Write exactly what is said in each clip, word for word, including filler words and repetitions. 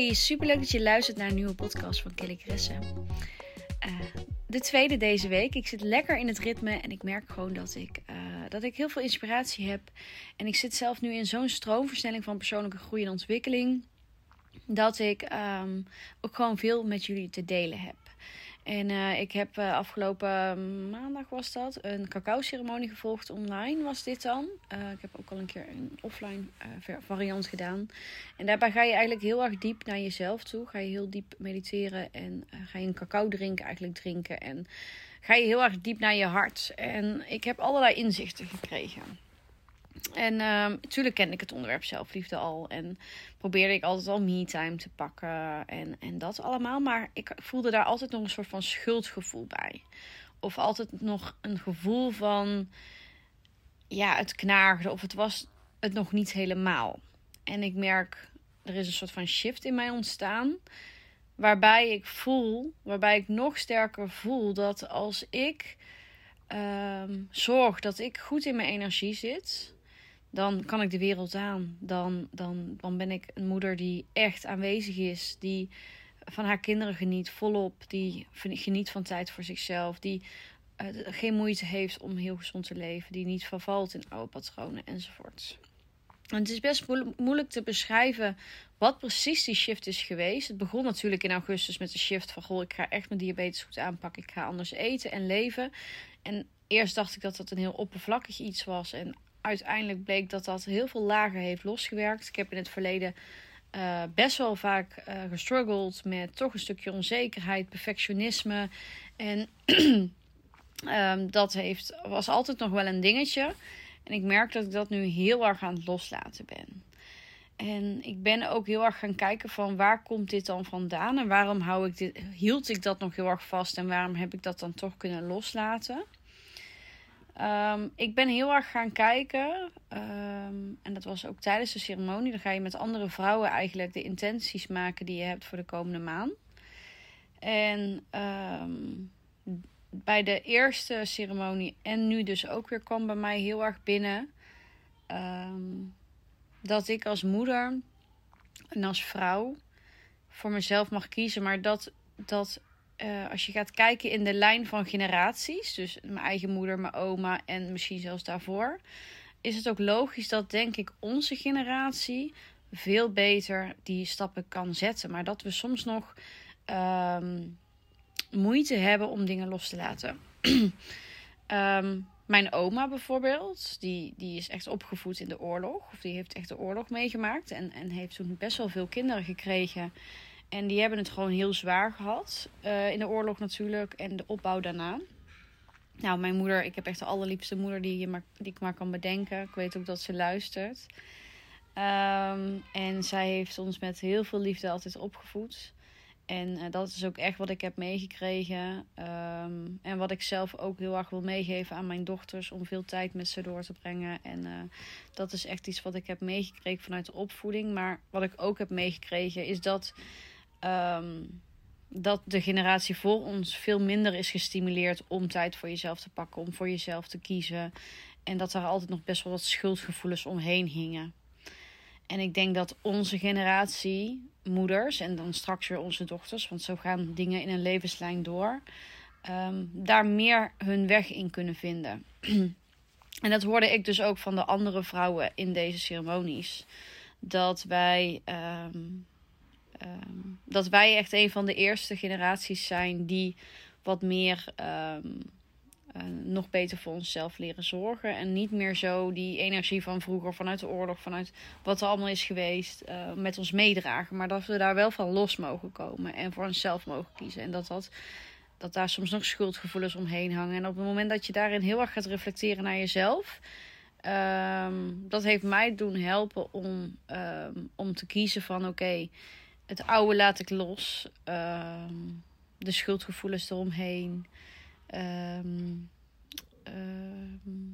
Hey, superleuk dat je luistert naar een nieuwe podcast van Kelly Kresse. Uh, de tweede deze week. Ik zit lekker in het ritme en ik merk gewoon dat ik, uh, dat ik heel veel inspiratie heb. En ik zit zelf nu in zo'n stroomversnelling van persoonlijke groei en ontwikkeling, dat ik um, ook gewoon veel met jullie te delen heb. En uh, ik heb uh, afgelopen maandag was dat een cacao-ceremonie gevolgd online, was dit dan. Uh, ik heb ook al een keer een offline uh, variant gedaan. En daarbij ga je eigenlijk heel erg diep naar jezelf toe. Ga je heel diep mediteren en uh, ga je een cacao drinken eigenlijk drinken. En ga je heel erg diep naar je hart. En ik heb allerlei inzichten gekregen. En natuurlijk uh, kende ik het onderwerp zelfliefde al. En probeerde ik altijd al me-time te pakken. En, en dat allemaal. Maar ik voelde daar altijd nog een soort van schuldgevoel bij. Of altijd nog een gevoel van, ja, het knaagde. Of het was het nog niet helemaal. En ik merk, er is een soort van shift in mij ontstaan. Waarbij ik voel, waarbij ik nog sterker voel dat als ik uh, zorg dat ik goed in mijn energie zit, dan kan ik de wereld aan. Dan, dan, dan ben ik een moeder die echt aanwezig is. Die van haar kinderen geniet, volop. Die geniet van tijd voor zichzelf. Die uh, geen moeite heeft om heel gezond te leven. Die niet vervalt in oude patronen enzovoorts. En het is best moeilijk te beschrijven wat precies die shift is geweest. Het begon natuurlijk in augustus met de shift van, goh, ik ga echt mijn diabetes goed aanpakken. Ik ga anders eten en leven. En eerst dacht ik dat dat een heel oppervlakkig iets was. En uiteindelijk bleek dat dat heel veel lagen heeft losgewerkt. Ik heb in het verleden uh, best wel vaak uh, gestruggeld met toch een stukje onzekerheid, perfectionisme. En um, dat heeft, was altijd nog wel een dingetje. En ik merk dat ik dat nu heel erg aan het loslaten ben. En ik ben ook heel erg gaan kijken van, waar komt dit dan vandaan? En waarom hou ik dit, hield ik dat nog heel erg vast? En waarom heb ik dat dan toch kunnen loslaten? Um, ik ben heel erg gaan kijken, um, en dat was ook tijdens de ceremonie. Dan ga je met andere vrouwen eigenlijk de intenties maken die je hebt voor de komende maand. En um, bij de eerste ceremonie en nu dus ook weer kwam bij mij heel erg binnen um, dat ik als moeder en als vrouw voor mezelf mag kiezen. Maar dat, dat uh, als je gaat kijken in de lijn van generaties, dus mijn eigen moeder, mijn oma en misschien zelfs daarvoor, is het ook logisch dat, denk ik, onze generatie veel beter die stappen kan zetten. Maar dat we soms nog um, moeite hebben om dingen los te laten. um, mijn oma bijvoorbeeld, die, die is echt opgevoed in de oorlog. Of die heeft echt de oorlog meegemaakt. En, en heeft toen best wel veel kinderen gekregen. En die hebben het gewoon heel zwaar gehad. Uh, in de oorlog natuurlijk. En de opbouw daarna. Nou, mijn moeder, ik heb echt de allerliefste moeder die, je maar, die ik maar kan bedenken. Ik weet ook dat ze luistert. Um, en zij heeft ons met heel veel liefde altijd opgevoed. En uh, dat is ook echt wat ik heb meegekregen. Um, en wat ik zelf ook heel erg wil meegeven aan mijn dochters. Om veel tijd met ze door te brengen. En uh, dat is echt iets wat ik heb meegekregen vanuit de opvoeding. Maar wat ik ook heb meegekregen is dat, Um, dat de generatie voor ons veel minder is gestimuleerd om tijd voor jezelf te pakken. Om voor jezelf te kiezen. En dat er altijd nog best wel wat schuldgevoelens omheen hingen. En ik denk dat onze generatie moeders en dan straks weer onze dochters, want zo gaan dingen in een levenslijn door, um, daar meer hun weg in kunnen vinden. En dat hoorde ik dus ook van de andere vrouwen in deze ceremonies. Dat wij, um, um, dat wij echt een van de eerste generaties zijn die wat meer Um, Uh, nog beter voor onszelf leren zorgen. En niet meer zo die energie van vroeger, vanuit de oorlog, vanuit wat er allemaal is geweest, uh, met ons meedragen. Maar dat we daar wel van los mogen komen en voor onszelf mogen kiezen. En dat, dat, dat daar soms nog schuldgevoelens omheen hangen. En op het moment dat je daarin heel erg gaat reflecteren naar jezelf, Um, dat heeft mij doen helpen om, um, om te kiezen van oké, okay, het oude laat ik los. Um, de schuldgevoelens eromheen. Um, um,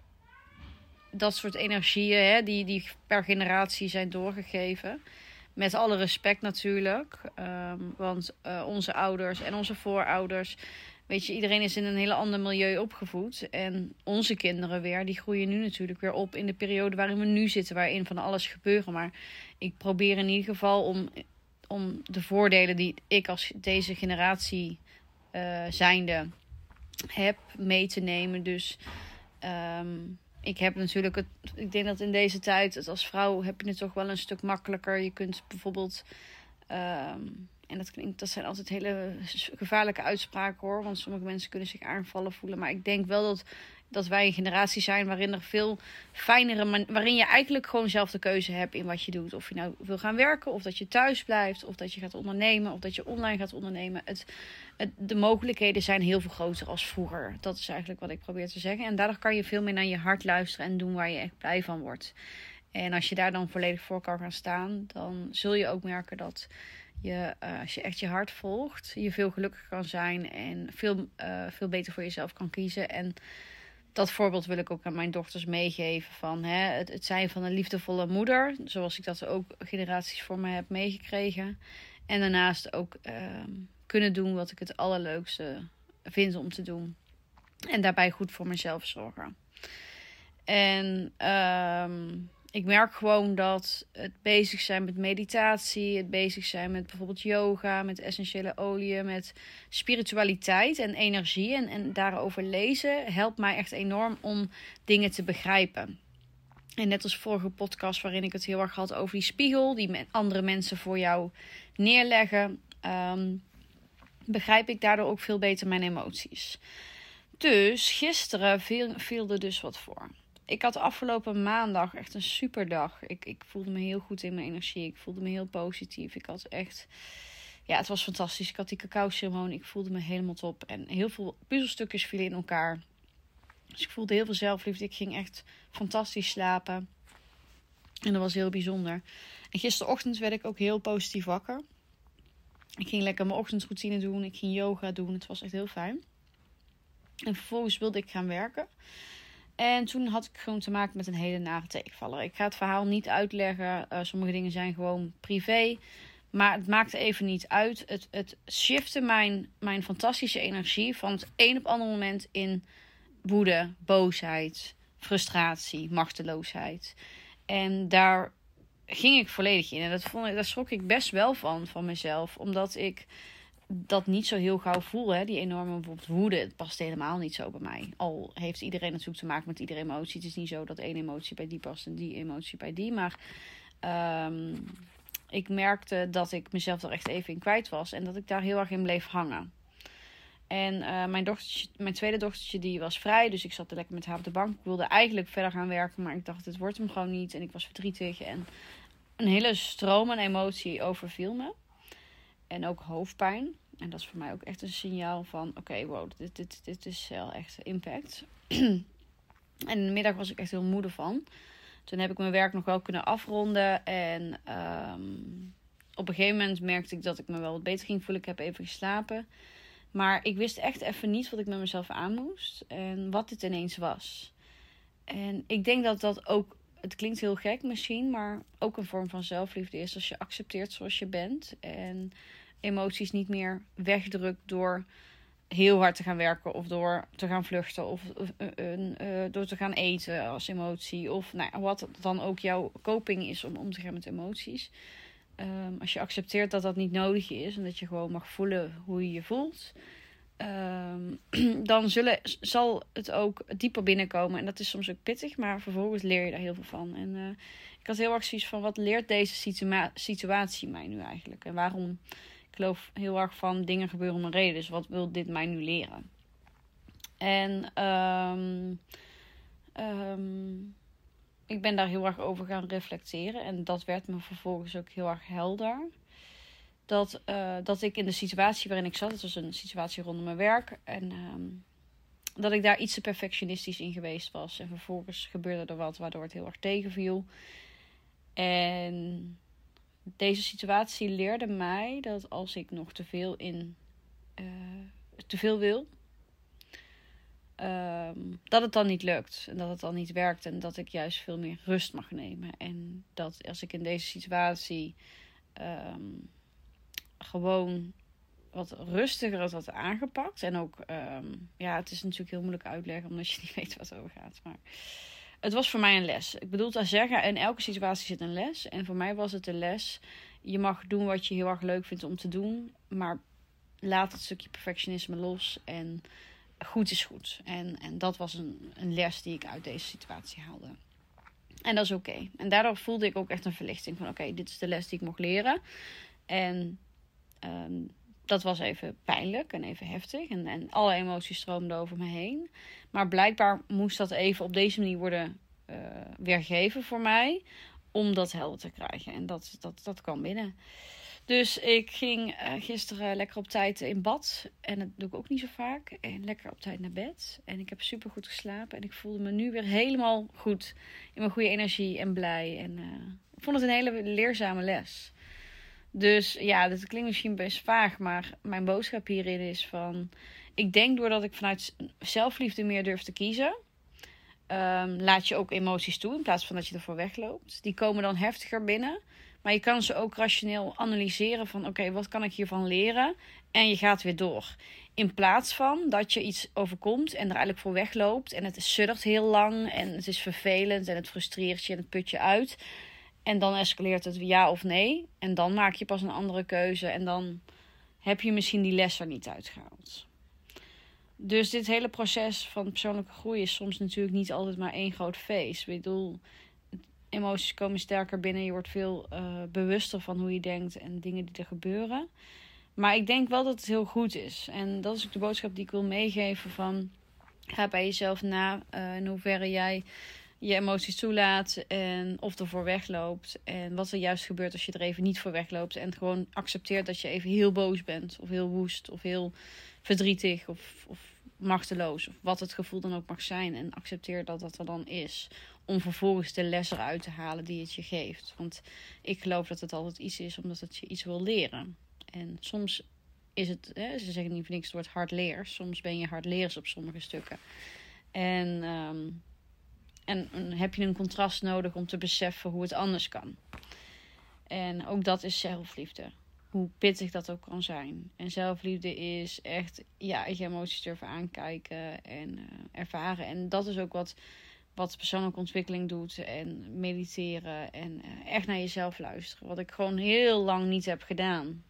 dat soort energieën, hè, die, die per generatie zijn doorgegeven. Met alle respect natuurlijk. Um, want uh, onze ouders en onze voorouders, weet je, iedereen is in een hele ander milieu opgevoed. En onze kinderen weer, die groeien nu natuurlijk weer op in de periode waarin we nu zitten, waarin van alles gebeuren. Maar ik probeer in ieder geval om om de voordelen die ik als deze generatie uh, zijnde heb mee te nemen. Dus um, ik heb natuurlijk het. Ik denk dat in deze tijd, het als vrouw heb je het toch wel een stuk makkelijker. Je kunt bijvoorbeeld. Um, en dat klinkt, dat zijn altijd hele gevaarlijke uitspraken hoor. Want sommige mensen kunnen zich aangevallen voelen. Maar ik denk wel dat, dat wij een generatie zijn waarin er veel fijnere. Man- waarin je eigenlijk gewoon zelf de keuze hebt in wat je doet. Of je nou wil gaan werken, of dat je thuis blijft, of dat je gaat ondernemen, of dat je online gaat ondernemen. Het, het, de mogelijkheden zijn heel veel groter als vroeger. Dat is eigenlijk wat ik probeer te zeggen. En daardoor kan je veel meer naar je hart luisteren en doen waar je echt blij van wordt. En als je daar dan volledig voor kan gaan staan, dan zul je ook merken dat je, uh, als je echt je hart volgt, je veel gelukkiger kan zijn en veel, uh, veel beter voor jezelf kan kiezen. En dat voorbeeld wil ik ook aan mijn dochters meegeven van hè, het, het zijn van een liefdevolle moeder, zoals ik dat ook generaties voor me heb meegekregen. En daarnaast ook uh, kunnen doen wat ik het allerleukste vind om te doen. En daarbij goed voor mezelf zorgen. En um, ik merk gewoon dat het bezig zijn met meditatie, het bezig zijn met bijvoorbeeld yoga, met essentiële oliën, met spiritualiteit en energie en, en daarover lezen, helpt mij echt enorm om dingen te begrijpen. En net als vorige podcast waarin ik het heel erg had over die spiegel die met andere mensen voor jou neerleggen, um, begrijp ik daardoor ook veel beter mijn emoties. Dus gisteren viel, viel er dus wat voor. Ik had afgelopen maandag echt een super dag. Ik, ik voelde me heel goed in mijn energie. Ik voelde me heel positief. Ik had echt... Ja, het was fantastisch. Ik had die cacao-ceremonie. Ik voelde me helemaal top. En heel veel puzzelstukjes vielen in elkaar. Dus ik voelde heel veel zelfliefde. Ik ging echt fantastisch slapen. En dat was heel bijzonder. En gisterochtend werd ik ook heel positief wakker. Ik ging lekker mijn ochtendroutine doen. Ik ging yoga doen. Het was echt heel fijn. En vervolgens wilde ik gaan werken. En toen had ik gewoon te maken met een hele nare tegenvaller. Ik ga het verhaal niet uitleggen. Uh, sommige dingen zijn gewoon privé. Maar het maakte even niet uit. Het, het shifte mijn, mijn fantastische energie van het een op het andere moment in woede, boosheid, frustratie, machteloosheid. En daar ging ik volledig in. En dat vond ik, daar schrok ik best wel van, van mezelf. Omdat ik dat niet zo heel gauw voel, hè? Die enorme bijvoorbeeld woede. Het past helemaal niet zo bij mij. Al heeft iedereen natuurlijk te maken met iedere emotie. Het is niet zo dat één emotie bij die past en die emotie bij die. Maar um, ik merkte dat ik mezelf er echt even in kwijt was. En dat ik daar heel erg in bleef hangen. En uh, mijn, dochtertje, mijn tweede dochtertje die was vrij. Dus ik zat er lekker met haar op de bank. Ik wilde eigenlijk verder gaan werken. Maar ik dacht, het wordt hem gewoon niet. En ik was verdrietig. En een hele stroom aan emotie overviel me. En ook hoofdpijn. En dat is voor mij ook echt een signaal van... Oké, okay, wow, dit, dit, dit is wel echt impact. En in de middag was ik echt heel moe van. Toen heb ik mijn werk nog wel kunnen afronden. En um, op een gegeven moment merkte ik dat ik me wel wat beter ging voelen. Ik heb even geslapen. Maar ik wist echt even niet wat ik met mezelf aan moest. En wat dit ineens was. En ik denk dat dat ook... Het klinkt heel gek misschien, maar ook een vorm van zelfliefde is als je accepteert zoals je bent. En emoties niet meer wegdrukt door heel hard te gaan werken of door te gaan vluchten of uh, uh, uh, door te gaan eten als emotie. Of nou, wat dan ook jouw coping is om om te gaan met emoties. Um, als je accepteert dat dat niet nodig is en dat je gewoon mag voelen hoe je je voelt. Um, dan zullen, zal het ook dieper binnenkomen. En dat is soms ook pittig, maar vervolgens leer je daar heel veel van. En uh, ik had heel erg zoiets van, wat leert deze situa- situatie mij nu eigenlijk? En waarom? Ik geloof heel erg van, dingen gebeuren om een reden. Dus wat wil dit mij nu leren? En um, um, ik ben daar heel erg over gaan reflecteren. En dat werd me vervolgens ook heel erg helder. Dat, uh, dat ik in de situatie waarin ik zat, het was een situatie rondom mijn werk. En um, dat ik daar iets te perfectionistisch in geweest was. En vervolgens gebeurde er wat waardoor het heel erg tegenviel. En deze situatie leerde mij dat als ik nog te veel in uh, te veel wil, um, dat het dan niet lukt. En dat het dan niet werkt. En dat ik juist veel meer rust mag nemen. En dat als ik in deze situatie um, gewoon wat rustiger het had aangepakt. En ook, um, ja, het is natuurlijk heel moeilijk uitleggen omdat je niet weet wat er over gaat. Maar het was voor mij een les. Ik bedoel te zeggen, in elke situatie zit een les. En voor mij was het een les je mag doen wat je heel erg leuk vindt om te doen. Maar laat het stukje perfectionisme los. En goed is goed. En, en dat was een, een les die ik uit deze situatie haalde. En dat is oké. Okay. En daardoor voelde ik ook echt een verlichting van oké, okay, dit is de les die ik mocht leren. En um, dat was even pijnlijk en even heftig. En, en alle emoties stroomden over me heen. Maar blijkbaar moest dat even op deze manier worden uh, weergegeven voor mij. Om dat helder te krijgen. En dat, dat, dat kwam binnen. Dus ik ging uh, gisteren lekker op tijd in bad. En dat doe ik ook niet zo vaak. En lekker op tijd naar bed. En ik heb super goed geslapen. En ik voelde me nu weer helemaal goed. In mijn goede energie en blij. En uh, ik vond het een hele leerzame les. Dus ja, dat klinkt misschien best vaag. Maar mijn boodschap hierin is van... Ik denk doordat ik vanuit zelfliefde meer durf te kiezen... Um, laat je ook emoties toe in plaats van dat je ervoor wegloopt. Die komen dan heftiger binnen. Maar je kan ze ook rationeel analyseren van... oké, okay, wat kan ik hiervan leren? En je gaat weer door. In plaats van dat je iets overkomt en er eigenlijk voor wegloopt... en het suddert heel lang en het is vervelend... en het frustreert je en het put je uit... en dan escaleert het ja of nee... en dan maak je pas een andere keuze... en dan heb je misschien die les er niet uitgehaald. Dus dit hele proces van persoonlijke groei is soms natuurlijk niet altijd maar één groot feest. Ik bedoel, emoties komen sterker binnen. Je wordt veel uh, bewuster van hoe je denkt en dingen die er gebeuren. Maar ik denk wel dat het heel goed is. En dat is ook de boodschap die ik wil meegeven van... Ga bij jezelf na uh, in hoeverre jij je emoties toelaat en of ervoor wegloopt. En wat er juist gebeurt als je er even niet voor wegloopt. En gewoon accepteert dat je even heel boos bent of heel woest of heel... verdrietig of, of machteloos. Of wat het gevoel dan ook mag zijn. En accepteer dat dat er dan is. Om vervolgens de les eruit te halen die het je geeft. Want ik geloof dat het altijd iets is omdat het je iets wil leren. En soms is het, hè, ze zeggen niet voor niks het woord hardleers. Soms ben je hardleers op sommige stukken. En, um, en, en heb je een contrast nodig om te beseffen hoe het anders kan. En ook dat is zelfliefde. Hoe pittig dat ook kan zijn. En zelfliefde is echt ja, je emoties durven aankijken en uh, ervaren. En dat is ook wat, wat persoonlijke ontwikkeling doet. En mediteren en uh, echt naar jezelf luisteren. Wat ik gewoon heel lang niet heb gedaan.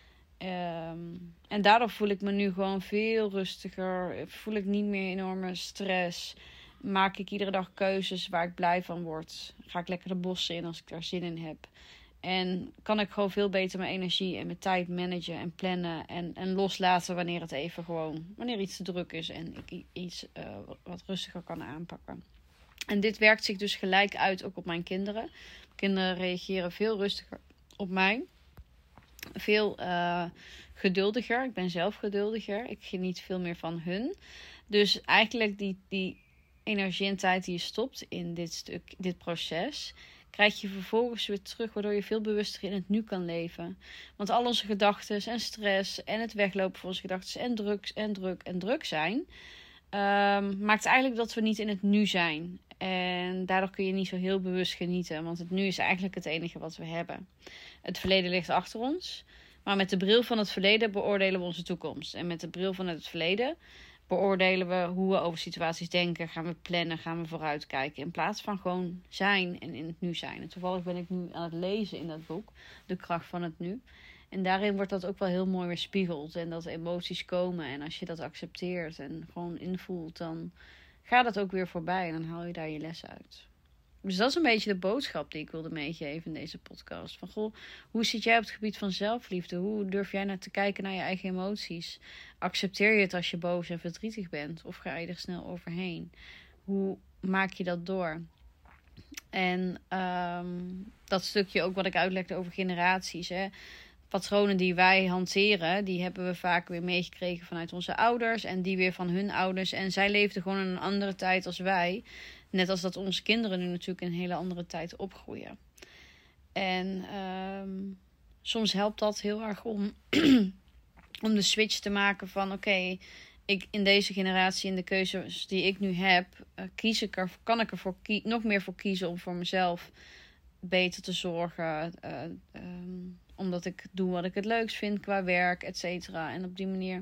Um, en daardoor voel ik me nu gewoon veel rustiger. Voel ik niet meer enorme stress. Maak ik iedere dag keuzes waar ik blij van word. Ga ik lekker de bossen in als ik daar zin in heb. En kan ik gewoon veel beter mijn energie en mijn tijd managen en plannen. En, en loslaten wanneer het even gewoon, wanneer iets te druk is. En ik iets uh, wat rustiger kan aanpakken. En dit werkt zich dus gelijk uit ook op mijn kinderen. Kinderen reageren veel rustiger op mij. Veel uh, geduldiger. Ik ben zelf geduldiger. Ik geniet veel meer van hun. Dus eigenlijk die, die energie en tijd die je stopt in dit stuk, dit proces... krijg je vervolgens weer terug, waardoor je veel bewuster in het nu kan leven. Want al onze gedachten en stress en het weglopen van onze gedachten en druk en druk en druk zijn, um, maakt eigenlijk dat we niet in het nu zijn. En daardoor kun je niet zo heel bewust genieten, want het nu is eigenlijk het enige wat we hebben. Het verleden ligt achter ons, maar met de bril van het verleden beoordelen we onze toekomst. En met de bril van het verleden beoordelen we hoe we over situaties denken. Gaan we plannen, gaan we vooruitkijken. In plaats van gewoon zijn en in het nu zijn. En toevallig ben ik nu aan het lezen in dat boek. De kracht van het nu. En daarin wordt dat ook wel heel mooi weerspiegeld. En dat emoties komen. En als je dat accepteert en gewoon invoelt, dan gaat het ook weer voorbij. En dan haal je daar je les uit. Dus dat is een beetje de boodschap die ik wilde meegeven in deze podcast. Van goh, hoe zit jij op het gebied van zelfliefde? Hoe durf jij naar te kijken naar je eigen emoties? Accepteer je het als je boos en verdrietig bent? Of ga je er snel overheen? Hoe maak je dat door? En um, dat stukje ook wat ik uitlegde over generaties. Hè? Patronen die wij hanteren, die hebben we vaak weer meegekregen vanuit onze ouders. En die weer van hun ouders. En zij leefden gewoon in een andere tijd als wij. Net als dat onze kinderen nu natuurlijk in een hele andere tijd opgroeien. En um, soms helpt dat heel erg om, om de switch te maken van oké, okay, ik in deze generatie in de keuzes die ik nu heb, uh, kies ik er, kan ik er voor kie- nog meer voor kiezen om voor mezelf beter te zorgen. Uh, um, omdat ik doe wat ik het leukst vind qua werk, et cetera. En op die manier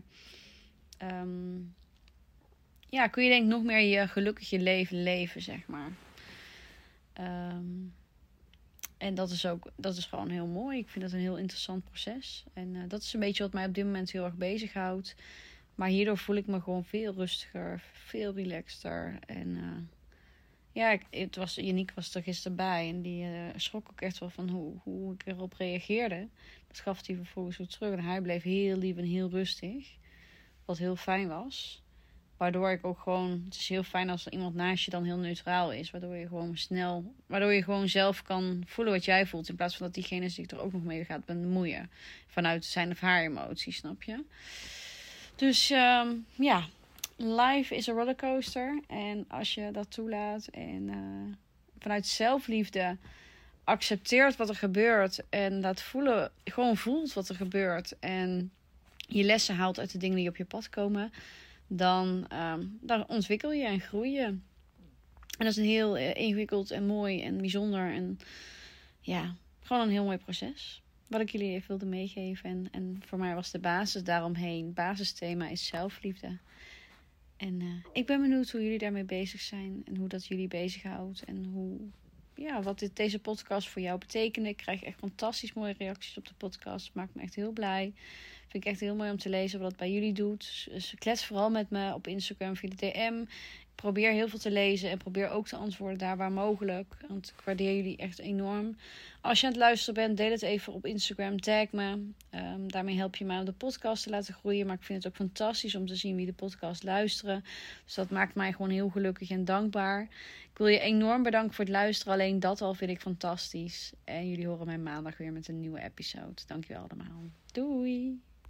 Um, ja, kun je denk ik nog meer je gelukkig je leven leven, zeg maar. Um, En dat is ook, dat is gewoon heel mooi. Ik vind dat een heel interessant proces. En uh, dat is een beetje wat mij op dit moment heel erg bezighoudt. Maar hierdoor voel ik me gewoon veel rustiger, veel relaxter. En uh, ja, ik, het was, Yannick was er gisteren bij. En die uh, schrok ook echt wel van hoe, hoe ik erop reageerde. Dat gaf hij vervolgens ook terug. En hij bleef heel lief en heel rustig. Wat heel fijn was. Waardoor ik ook gewoon... Het is heel fijn als er iemand naast je dan heel neutraal is. Waardoor je gewoon snel... Waardoor je gewoon zelf kan voelen wat jij voelt. In plaats van dat diegene zich er ook nog mee gaat bemoeien. Vanuit zijn of haar emoties, snap je? Dus um, ja... Life is a rollercoaster. En als je dat toelaat en uh, vanuit zelfliefde accepteert wat er gebeurt en laat voelen, gewoon voelt wat er gebeurt en je lessen haalt uit de dingen die op je pad komen, dan, um, dan ontwikkel je en groei je. En dat is een heel uh, ingewikkeld en mooi en bijzonder en ja, gewoon een heel mooi proces. Wat ik jullie even wilde meegeven. En, en voor mij was de basis daaromheen. Het basisthema is zelfliefde. En uh, ik ben benieuwd hoe jullie daarmee bezig zijn. En hoe dat jullie bezighoudt. En hoe, ja, wat dit, deze podcast voor jou betekende. Ik krijg echt fantastisch mooie reacties op de podcast. Maakt me echt heel blij. Vind ik echt heel mooi om te lezen wat het bij jullie doet. Dus klets vooral met me op Instagram via de D M. Ik probeer heel veel te lezen. En probeer ook te antwoorden daar waar mogelijk. Want ik waardeer jullie echt enorm. Als je aan het luisteren bent, deel het even op Instagram. Tag me. Um, daarmee help je mij om de podcast te laten groeien. Maar ik vind het ook fantastisch om te zien wie de podcast luisteren. Dus dat maakt mij gewoon heel gelukkig en dankbaar. Ik wil je enorm bedanken voor het luisteren. Alleen dat al vind ik fantastisch. En jullie horen mij maandag weer met een nieuwe episode. Dankjewel allemaal. Doei!